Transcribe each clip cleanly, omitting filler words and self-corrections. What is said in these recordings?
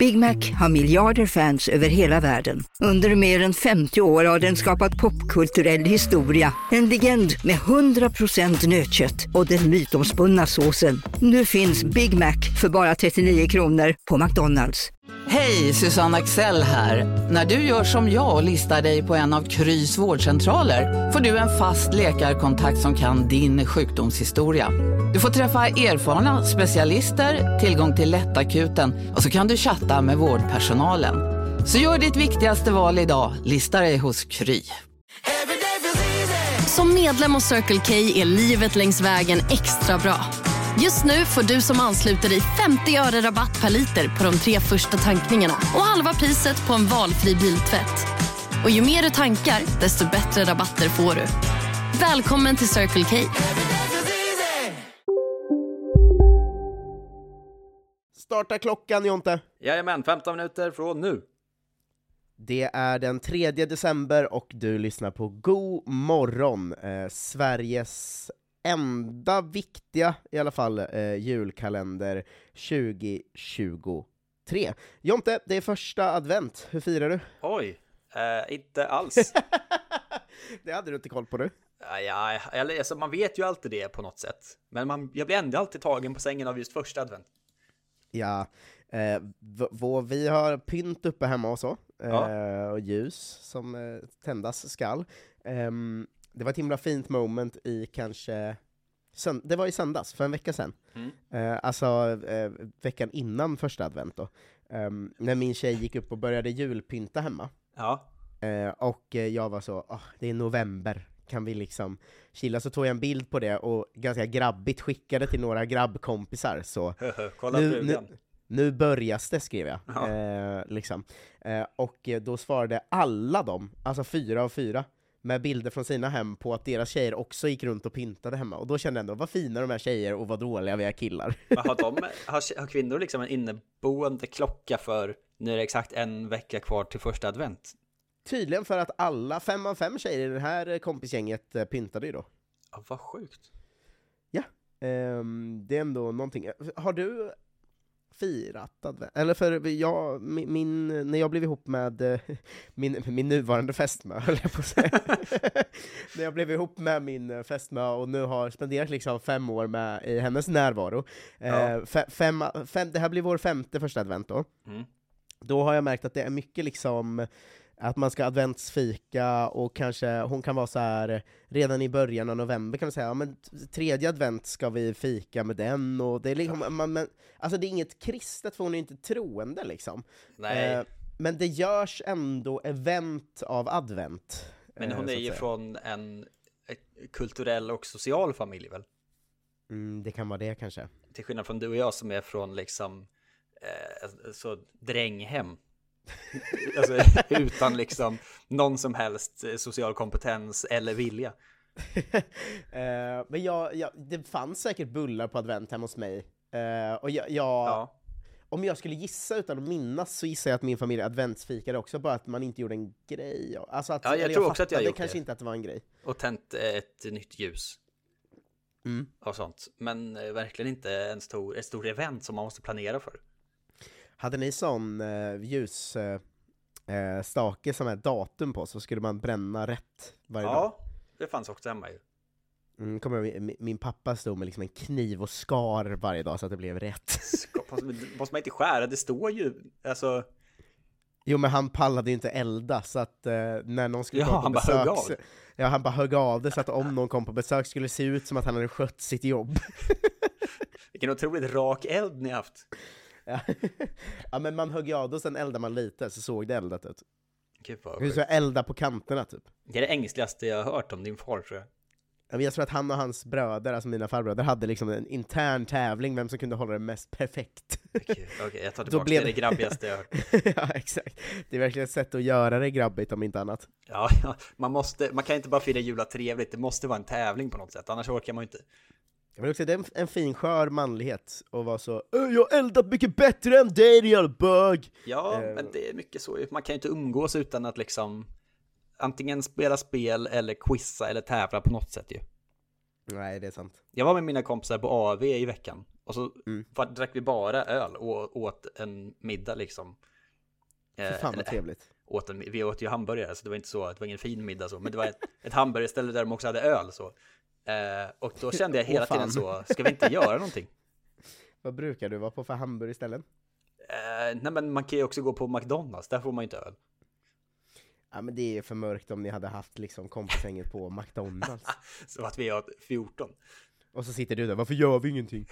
Big Mac har miljarder fans över hela världen. Under mer än 50 år har den skapat popkulturell historia. En legend med 100% nötkött och den mytomspunna såsen. Nu finns Big Mac för bara 39 kronor på McDonald's. Hej, Susanne Axel här. När du gör som jag och listar dig på en av Krys vårdcentraler får du en fast läkarkontakt som kan din sjukdomshistoria. Du får träffa erfarna specialister, tillgång till lättakuten och så kan du chatta med vårdpersonalen. Så gör ditt viktigaste val idag, lista dig hos Kry. Som medlem hos Circle K är livet längs vägen extra bra. Just nu får du som ansluter dig 50 öre rabatt per liter på de 3 första tankningarna och halva priset på en valfri biltvätt. Och ju mer du tankar, desto bättre rabatter får du. Välkommen till Circle K. Starta klockan, Jonte. Jajamän, 15 minuter från nu. Det är den 3 december och du lyssnar på God morgon, Sveriges enda viktiga, i alla fall, julkalender 2023. Jonte, det är första advent. Hur firar du? Oj, inte alls. Det hade du inte koll på, du. Ja, alltså, man vet ju alltid det på något sätt. Men jag blir ändå alltid tagen på sängen av just första advent. Ja, vi har pynt uppe hemma och så. Och ljus som tändas skall. Det var ett himla fint moment i kanske... det var i söndags, för en vecka sedan. Alltså veckan innan första advent då. När min tjej gick upp och började julpynta hemma. Ja. Och jag var så, det är november. Kan vi liksom chilla? Så tog jag en bild på det och ganska grabbigt skickade till några grabbkompisar. Så Kolla nu börjas det, skrev jag. Ja. Och då svarade alla dem, alltså 4 av 4, med bilder från sina hem på att deras tjejer också gick runt och pyntade hemma. Och då kände jag ändå, vad fina de här tjejer och vad dåliga vi är killar. Har kvinnor liksom en inneboende klocka för nu är det exakt en vecka kvar till första advent? Tydligen, för att alla 5 av 5 tjejer i det här kompisgänget pyntade ju då. Ja, vad sjukt. Ja, det är ändå någonting. Har du firat advent? Eller för jag, när jag blev ihop med min nuvarande fästmö, höll jag på att säga. När jag blev ihop med min fästmö och nu har spenderat liksom 5 år med i hennes närvaro. Ja. Det här blir vår 5:e första advent då. Då har jag märkt att det är mycket liksom att man ska adventsfika, och kanske hon kan vara så här redan i början av november kan man säga, ja, men 3:e advent ska vi fika med den, och det är liksom, alltså det är inget kristet för hon är inte troende liksom. Nej. Men det görs ändå event av advent. Men hon är ju från en kulturell och social familj väl? Det kan vara det kanske. Till skillnad från du och jag som är från liksom så dränghem. Alltså, utan liksom någon som helst social kompetens eller vilja. Men det fanns säkert bullar på advent hemma hos mig. Och om jag skulle gissa utan att minnas, så gissar jag att min familj adventsfikade också, bara att man inte gjorde en grej. Alltså att, jag tror också att jag gjorde kanske inte att det var en grej. Och tänt ett nytt ljus. Och sånt. Men verkligen inte ett stort event som man måste planera för. Hade ni sån ljusstake som är datum på, så skulle man bränna rätt varje dag? Ja, det fanns också hemma ju. Kommer min pappa stod med liksom en kniv och skar varje dag så att det blev rätt. Måste man inte skära? Det står ju, alltså... Jo, men han pallade ju inte elda, så att när någon skulle komma på besök... Han bara högg av det, så att om någon kom på besök skulle det se ut som att han hade skött sitt jobb. Vilken otroligt rak eld ni haft. Ja, men man högg av det och sen eldade man lite, så såg det eldat ut. Gud vad hur så elda på kanterna typ. Det är det ängsligaste jag har hört om din far, tror jag. Jag tror att han och hans bröder, alltså mina farbröder, hade liksom en intern tävling vem som kunde hålla det mest perfekt. Okej, jag tar tillbaka det grabbigaste jag hört. Ja, exakt. Det är verkligen ett sätt att göra det grabbigt, om inte annat. Ja, man kan inte bara fira jula trevligt, det måste vara en tävling på något sätt, annars orkar man inte. Jag vill också säga, det är en fin skör manlighet och vara så, jag har eldat mycket bättre än dig, din jävla bög. Ja, men det är mycket så. Man kan ju inte umgås utan att liksom antingen spela spel eller quizza eller tävla på något sätt ju. Nej, det är sant. Jag var med mina kompisar på AV i veckan Och så drack vi bara öl och åt en middag liksom. Fan vad trevligt. Vi åt ju hamburgare, så det var inte så, det var ingen fin middag så, men det var ett hamburgerställe där de också hade öl så. Och då kände jag hela tiden så, ska vi inte göra någonting? Vad brukar du vara på för hamburgerställen? Nej, men man kan ju också gå på McDonald's, där får man ju inte öl. Ja, men det är för mörkt om ni hade haft liksom kompisgänget på McDonald's. Så att vi har 14. Och så sitter du där, varför gör vi ingenting?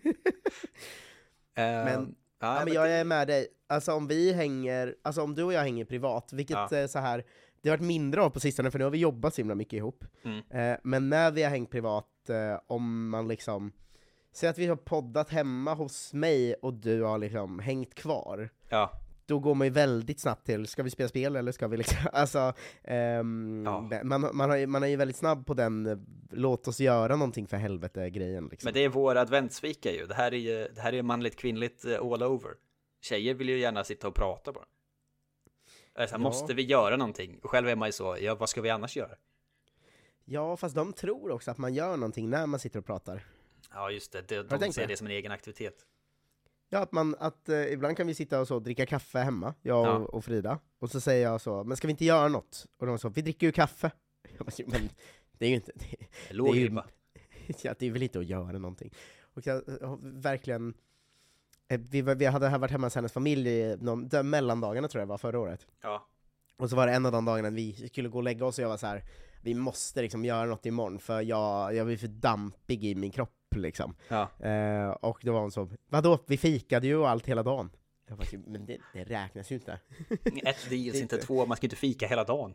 Men jag är med dig. Alltså om du och jag hänger privat, vilket så här, det har varit mindre av på sistone, för nu har vi jobbat så himla mycket ihop. Men när vi har hängt privat, om man liksom, säg att vi har poddat hemma hos mig och du har liksom hängt kvar. Ja. Då går man ju väldigt snabbt till, ska vi spela spel eller ska vi liksom, alltså, man är ju väldigt snabb på den, låt oss göra någonting för helvete grejen liksom. Men det är vår adventsvika ju, det här är manligt kvinnligt all over. Tjejer vill ju gärna sitta och prata bara. Alltså, måste vi göra någonting? Och själv är man ju så, vad ska vi annars göra? Ja, fast de tror också att man gör någonting när man sitter och pratar. Ja, just det, de ser det som en egen aktivitet. Ja, att ibland kan vi sitta och så dricka kaffe hemma, jag och Frida. Och så säger jag så, men ska vi inte göra något? Och de så, vi dricker ju kaffe. Jag bara, men det är ju inte... Det är väl inte att göra någonting. Och jag verkligen... Vi hade varit hemma hos hennes familj mellandagarna tror jag var förra året. Ja. Och så var det en av de dagarna vi skulle gå och lägga oss och jag var så här, vi måste liksom göra något imorgon för jag blir för dampig i min kropp liksom. Ja. Och då var hon så, vadå? Vi fikade ju och allt hela dagen. Jag bara, men det räknas ju inte. Ett deals, inte två, man ska inte fika hela dagen.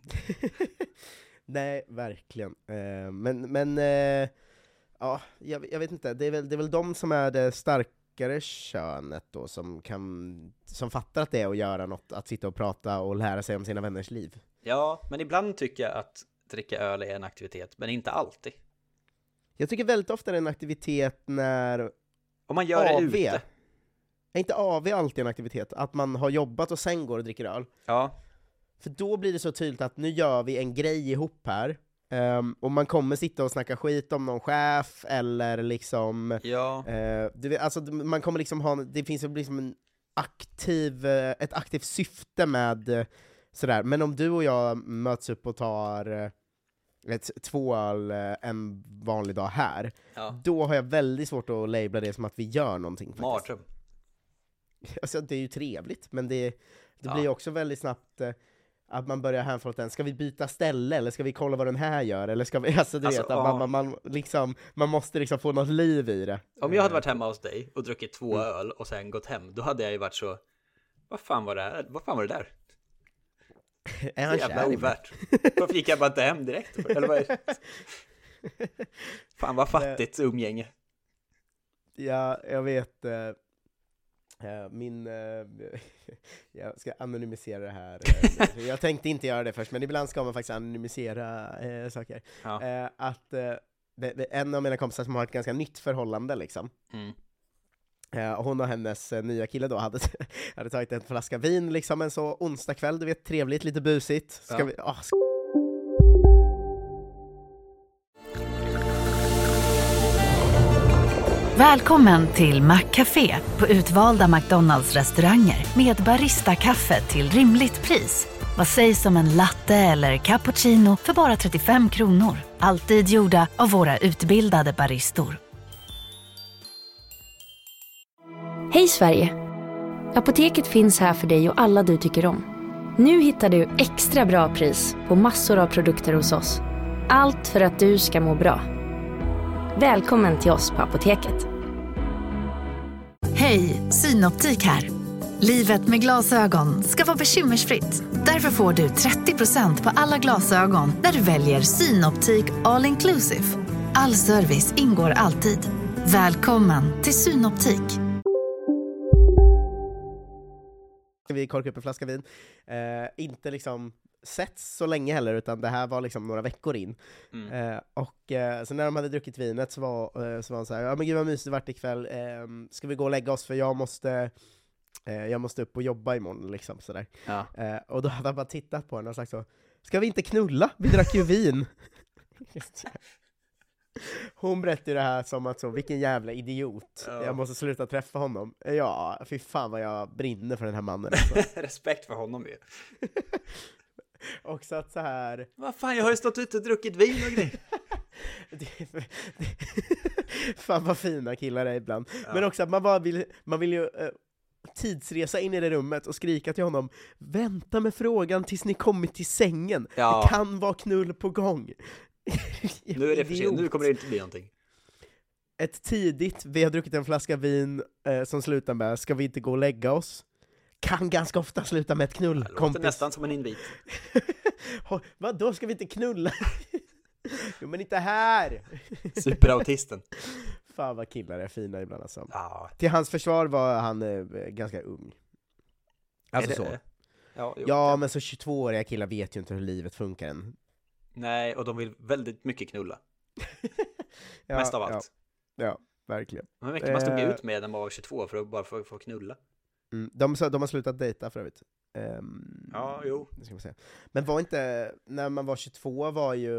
Nej, verkligen. Ja, jag vet inte. Det är väl de som är det starkare könet då, som fattar att det är att göra något, att sitta och prata och lära sig om sina vänners liv. Ja, men ibland tycker jag att dricka öl är en aktivitet, men inte alltid. Jag tycker väldigt ofta det är en aktivitet när... Om man gör det ute. Är inte AV alltid en aktivitet? Att man har jobbat och sen går och dricker öl? Ja. För då blir det så tydligt att nu gör vi en grej ihop här. Och man kommer sitta och snacka skit om någon chef eller liksom... Ja. Alltså man kommer liksom ha... Det finns liksom en ett aktivt syfte med sådär. Men om du och jag möts upp och tar... 2 öl en vanlig dag här, då har jag väldigt svårt att labla det som att vi gör någonting. Mardröm. Alltså det är ju trevligt, men det blir också väldigt snabbt att man börjar hänfalla den. Ska vi byta ställe, eller ska vi kolla vad den här gör, eller ska vi, alltså du vet, att man måste liksom få något liv i det. Om jag hade varit hemma hos dig och druckit 2 öl och sen gått hem, då hade jag ju varit så, vad fan var det där? Är han jävla ovärt. Varför gick jag bara inte hem direkt? Eller vad är det? Fan vad fattigt umgänge. Ja, jag vet. Jag ska anonymisera det här. Jag tänkte inte göra det först, men ibland ska man faktiskt anonymisera saker. Ja. En av mina kompisar som har ett ganska nytt förhållande liksom. Hon och hennes nya kille då hade tagit en flaska vin liksom en så onsdag kväll, du vet, trevligt, lite busigt. Välkommen till McCafé på utvalda McDonalds-restauranger med barista-kaffe till rimligt pris. Vad sägs om en latte eller cappuccino för bara 35 kronor? Alltid gjorda av våra utbildade baristor. Hej Sverige! Apoteket finns här för dig och alla du tycker om. Nu hittar du extra bra pris på massor av produkter hos oss. Allt för att du ska må bra. Välkommen till oss på Apoteket. Hej, Synoptik här. Livet med glasögon ska vara bekymmersfritt. Därför får du 30% på alla glasögon när du väljer Synoptik All Inclusive. All service ingår alltid. Välkommen till Synoptik. Vi korkade upp en flaska vin. Inte liksom setts så länge heller, utan det här var liksom några veckor in. Så när de hade druckit vinet så var han så här, ja men gud vad mysigt det vart ikväll. Ska vi gå och lägga oss för jag måste upp och jobba imorgon liksom sådär. Ja. Och då hade han bara tittat på henne och sagt så, ska vi inte knulla? Vi drack ju vin. Hon berättade det här som att så, vilken jävla idiot. Jag måste sluta träffa honom. Ja, fy fan vad jag brinner för den här mannen. Alltså. Respekt för honom ju. Och så att så här... Vad fan, jag har ju stått ute och druckit vin och grejer. Fan vad fina killar är ibland. Ja. Men också att man vill ju tidsresa in i det rummet och skrika till honom: vänta med frågan tills ni kommit till sängen. Ja. Det kan vara knull på gång. Nu är det för sent, nu kommer det inte bli någonting. Ett tidigt, vi har druckit en flaska vin som slutar med: ska vi inte gå och lägga oss? Kan ganska ofta sluta med ett knull. Det låter nästan som en invit. Vad då ska vi inte knulla? Jo, men inte här. Superautisten. Fan vad killar är fina ibland alltså. Ja. Till hans försvar var han ganska ung. Alltså så. Ja, men så 22-åriga killar vet ju inte hur livet funkar än. Nej, och de vill väldigt mycket knulla. Mest av allt. Ja, verkligen. Men mycket man stod ut med när man var 22 för att bara få knulla. De har slutat dejta för övrigt. Ja, jo. Ska man säga. Men var inte, när man var 22 var ju...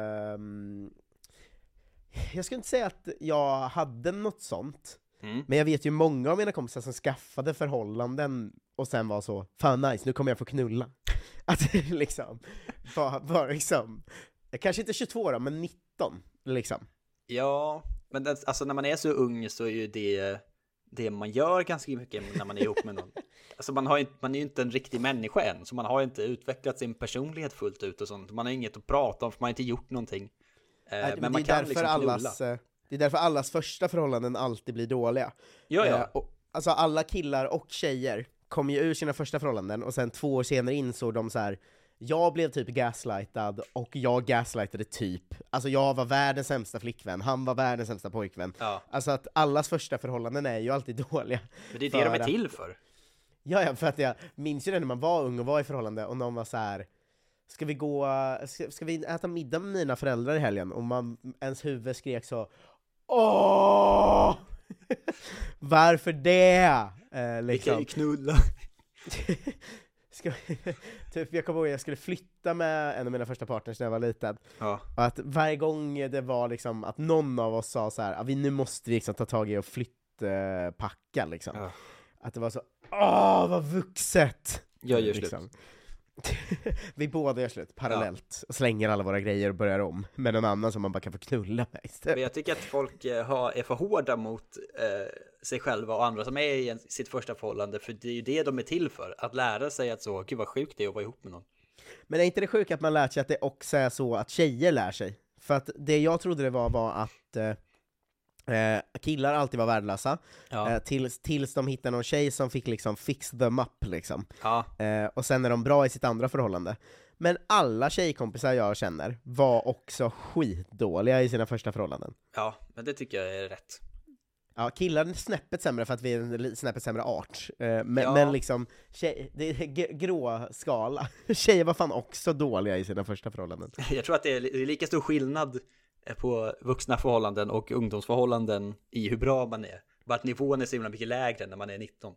jag skulle inte säga att jag hade något sånt. Men jag vet ju många av mina kompisar som skaffade förhållanden och sen var så: fan nice, nu kommer jag få knulla. Att liksom var liksom, kanske inte 22 då, men 19 liksom. Ja, men alltså när man är så ung så är ju det man gör ganska mycket när man är ihop med någon. Alltså man är ju inte en riktig människa än, så man har inte utvecklat sin personlighet fullt ut och sånt. Man har inget att prata om för man har inte gjort någonting. Men man kan liksom knulla. Det är därför allas första förhållanden alltid blir dåliga. Ja. Alltså alla killar och tjejer kom ju ur sina första förhållanden och sen 2 år senare insåg de så här: jag blev typ gaslightad och jag gaslightade typ. Alltså jag var världens sämsta flickvän, han var världens sämsta pojkvän. Ja. Alltså att allas första förhållanden är ju alltid dåliga. Men det är det de är till för. Ja, för att jag minns ju det när man var ung och var i förhållande och någon var så här: ska vi äta middag med mina föräldrar i helgen? Och ens huvud skrek så: åh! Varför det? Liksom. Vi kan ju knulla. Typ, jag kommer ihåg jag skulle flytta med en av mina första partners när jag var liten. Ja. Och att varje gång det var liksom att någon av oss sa så här: nu måste vi liksom ta tag i och flyttpacka liksom. Ja. Att det var så: vad vuxet! Jag gör liksom. Slut. Vi båda gör slut parallellt och slänger alla våra grejer och börjar om med någon annan som man bara kan få knulla med istället. Men jag tycker att folk är för hårda mot sig själva och andra som är i sitt första förhållande, för det är ju det de är till för, att lära sig att så, gud vad sjukt det är att vara ihop med någon. Men är inte det sjukt att man lär sig att det också är så att tjejer lär sig? För att det jag trodde det var att killar alltid var värdelösa, tills de hittade någon tjej som fick liksom fix them up liksom. Och sen är de bra i sitt andra förhållande. Men alla tjejkompisar jag känner var också skitdåliga i sina första förhållanden. Ja, men det tycker jag är rätt. Ja, killar är snäppet sämre för att vi är en snäppet sämre art. Men liksom, det är grå skala. Tjejer var fan också dåliga i sina första förhållanden. Jag tror att det är lika stor skillnad på vuxna förhållanden och ungdomsförhållanden i hur bra man är. Bara att nivån är så himla mycket lägre när man är 19.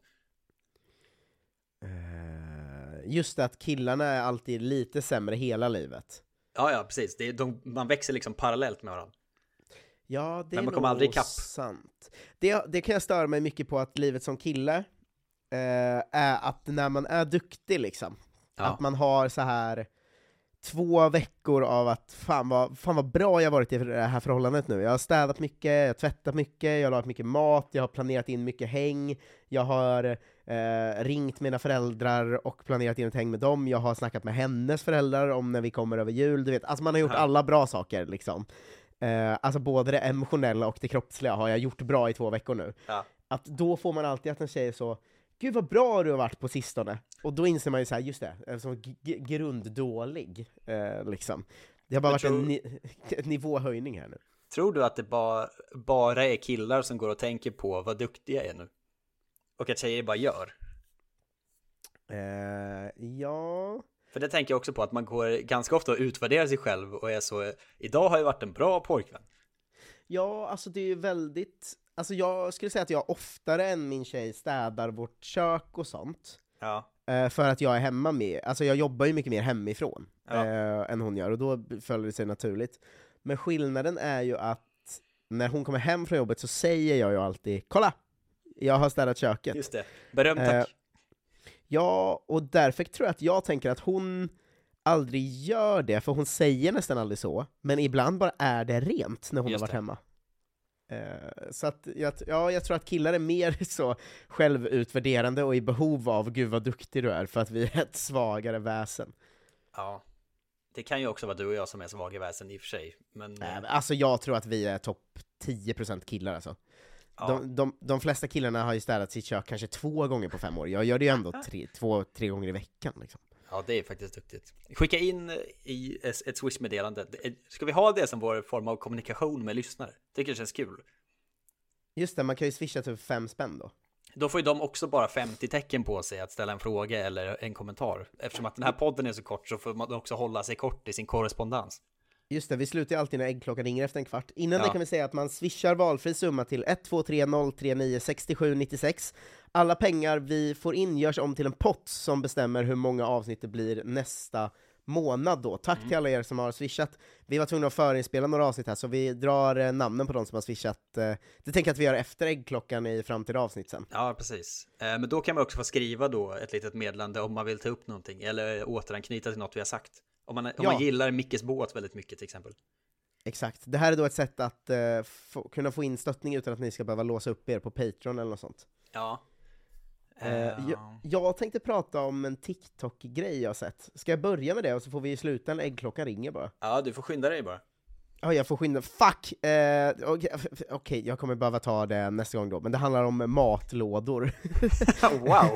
Just att killarna är alltid lite sämre hela livet. Ja, precis. Man växer liksom parallellt med varandra. Ja, det men man är kommer aldrig ikapp. Sant. Det kan jag störa mig mycket på, att livet som kille är att när man är duktig liksom, att man har så här 2 veckor av att fan vad bra jag varit i det här förhållandet nu. Jag har städat mycket, jag har tvättat mycket, jag har lagat mycket mat, jag har planerat in mycket häng, jag har ringt mina föräldrar och planerat in ett häng med dem, jag har snackat med hennes föräldrar om när vi kommer över jul, du vet. Alltså man har gjort alla bra saker liksom. Alltså både det emotionella och det kroppsliga har jag gjort bra i 2 veckor nu. Att då får man alltid att en tjej är så: gud vad bra du har varit på sistone. Och då inser man ju så här, just det, som grunddålig liksom. Det har bara varit en nivåhöjning här nu. Tror du att det bara är killar som går och tänker på vad duktiga är nu? Och att tjejer bara gör? Ja. För det tänker jag också på, att man går ganska ofta och utvärderar sig själv och är så: idag har jag varit en bra pojkvän. Ja, alltså det är ju väldigt... Alltså jag skulle säga att jag oftare än min tjej städar vårt kök och sånt. För att jag är hemma med... Alltså jag jobbar ju mycket mer hemifrån än hon gör, och då följer det sig naturligt. Men skillnaden är ju att när hon kommer hem från jobbet så säger jag ju alltid, kolla! Jag har städat köket. Just det, beröm tack. Ja, och därför tror jag att jag tänker att hon aldrig gör det, för hon säger nästan aldrig så, men ibland bara är det rent när hon har varit hemma. Så att jag tror att killar är mer så självutvärderande och i behov av gud vad duktig du är, för att vi är ett svagare väsen. Ja, det kan ju också vara du och jag som är svaga väsen i och för sig. Men alltså jag tror att vi är topp 10% killar alltså. Ja. De flesta killarna har ju städat sitt kök kanske 2 gånger på 5 år. Jag gör det ju ändå 2-3 gånger i veckan liksom. Ja, det är faktiskt duktigt. Skicka in i ett Swish-meddelande. Ska vi ha det som vår form av kommunikation med lyssnare? Tycker det känns kul. Just det, man kan ju swisha typ 5 spänn då. Då får ju de också bara 50 tecken på sig att ställa en fråga eller en kommentar. Eftersom att den här podden är så kort så får man också hålla sig kort i sin korrespondens. Just det, vi slutar ju alltid när äggklockan ringer efter en kvart. Innan det kan vi säga att man swishar valfri summa till 123 039 67 96. Alla pengar vi får in görs om till en pott som bestämmer hur många avsnitt det blir nästa månad då. Tack till alla er som har swishat. Vi var tvungna att förinspela några avsnitt här, så vi drar namnen på de som har swishat. Det tänker jag att vi gör efter äggklockan i framtida avsnitt sen. Ja, precis. Men då kan man också få skriva då ett litet meddelande om man vill ta upp någonting eller återanknyta till något vi har sagt. Om man gillar Mickes båt väldigt mycket till exempel. Exakt. Det här är då ett sätt att kunna få in stöttning utan att ni ska behöva låsa upp er på Patreon eller något sånt. Ja. Jag tänkte prata om en TikTok-grej jag har sett. Ska jag börja med det och så får vi sluta när äggklockan ringer bara? Ja, du får skynda dig bara. Ja, jag får skynda. Fuck! Okej, jag kommer behöva ta det nästa gång då. Men det handlar om matlådor. Wow!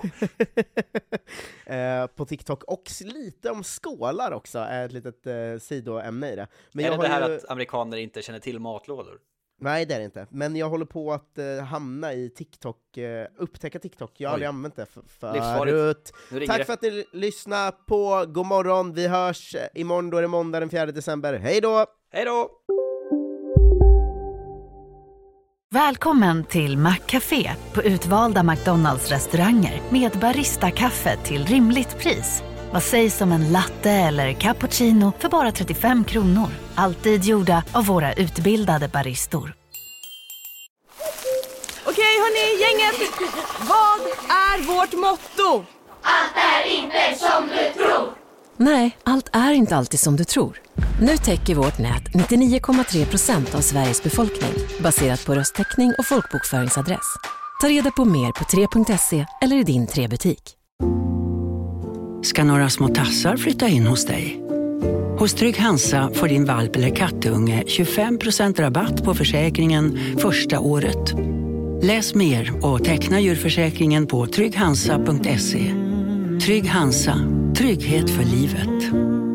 På TikTok. Och lite om skålar också, är ett litet sidoämne i det. Men är jag det här att amerikaner inte känner till matlådor? Nej, det är det inte. Men jag håller på att hamna i TikTok, upptäcka TikTok. Jag har aldrig använt det förut. Tack för att ni lyssnar på God morgon. Vi hörs imorgon, då är det måndag den 4 december. Hej då! Hej då! Välkommen till Maccafé på utvalda McDonalds restauranger med Barista-kaffe till rimligt pris. Vad sägs om en latte eller cappuccino för bara 35 kronor? Alltid gjorda av våra utbildade baristor. Okej hörni, gänget! Vad är vårt motto? Allt är inte som du tror! Nej, allt är inte alltid som du tror. Nu täcker vårt nät 99,3% av Sveriges befolkning baserat på röstteckning och folkbokföringsadress. Ta reda på mer på 3.se eller i din 3-butik. Ska några små tassar flytta in hos dig? Hos Trygg Hansa får din valp eller kattunge 25% rabatt på försäkringen första året. Läs mer och teckna djurförsäkringen på trygghansa.se. Trygg Hansa, trygghet för livet.